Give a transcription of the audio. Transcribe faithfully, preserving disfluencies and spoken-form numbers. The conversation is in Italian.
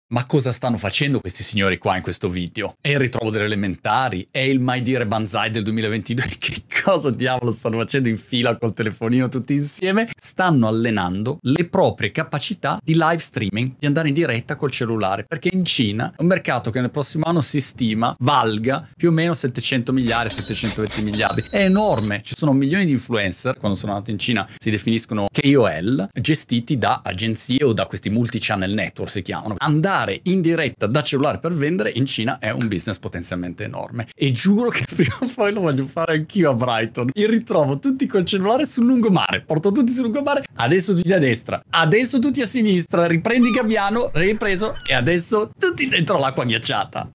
Ma cosa stanno facendo questi signori qua in questo video? È il ritrovo delle elementari? È il Mai Dire Banzai del duemilaventidue? Che cosa diavolo stanno facendo in fila col telefonino tutti insieme? Stanno allenando le proprie capacità di live streaming, di andare in diretta col cellulare, perché in Cina è un mercato che nel prossimo anno si stima valga più o meno settecento miliardi, settecentoventi miliardi. È enorme, ci sono milioni di influencer, quando sono andati in Cina si definiscono K O L, gestiti da agenzie o da questi multi-channel network si chiamano. Andare in diretta da cellulare per vendere in Cina è un business potenzialmente enorme e giuro che prima o poi lo voglio fare anch'io a Brighton. Il ritrovo tutti col cellulare sul lungomare, porto tutti sul lungomare, adesso tutti a destra, adesso tutti a sinistra, riprendi Gabbiano, ripreso e adesso tutti dentro l'acqua ghiacciata.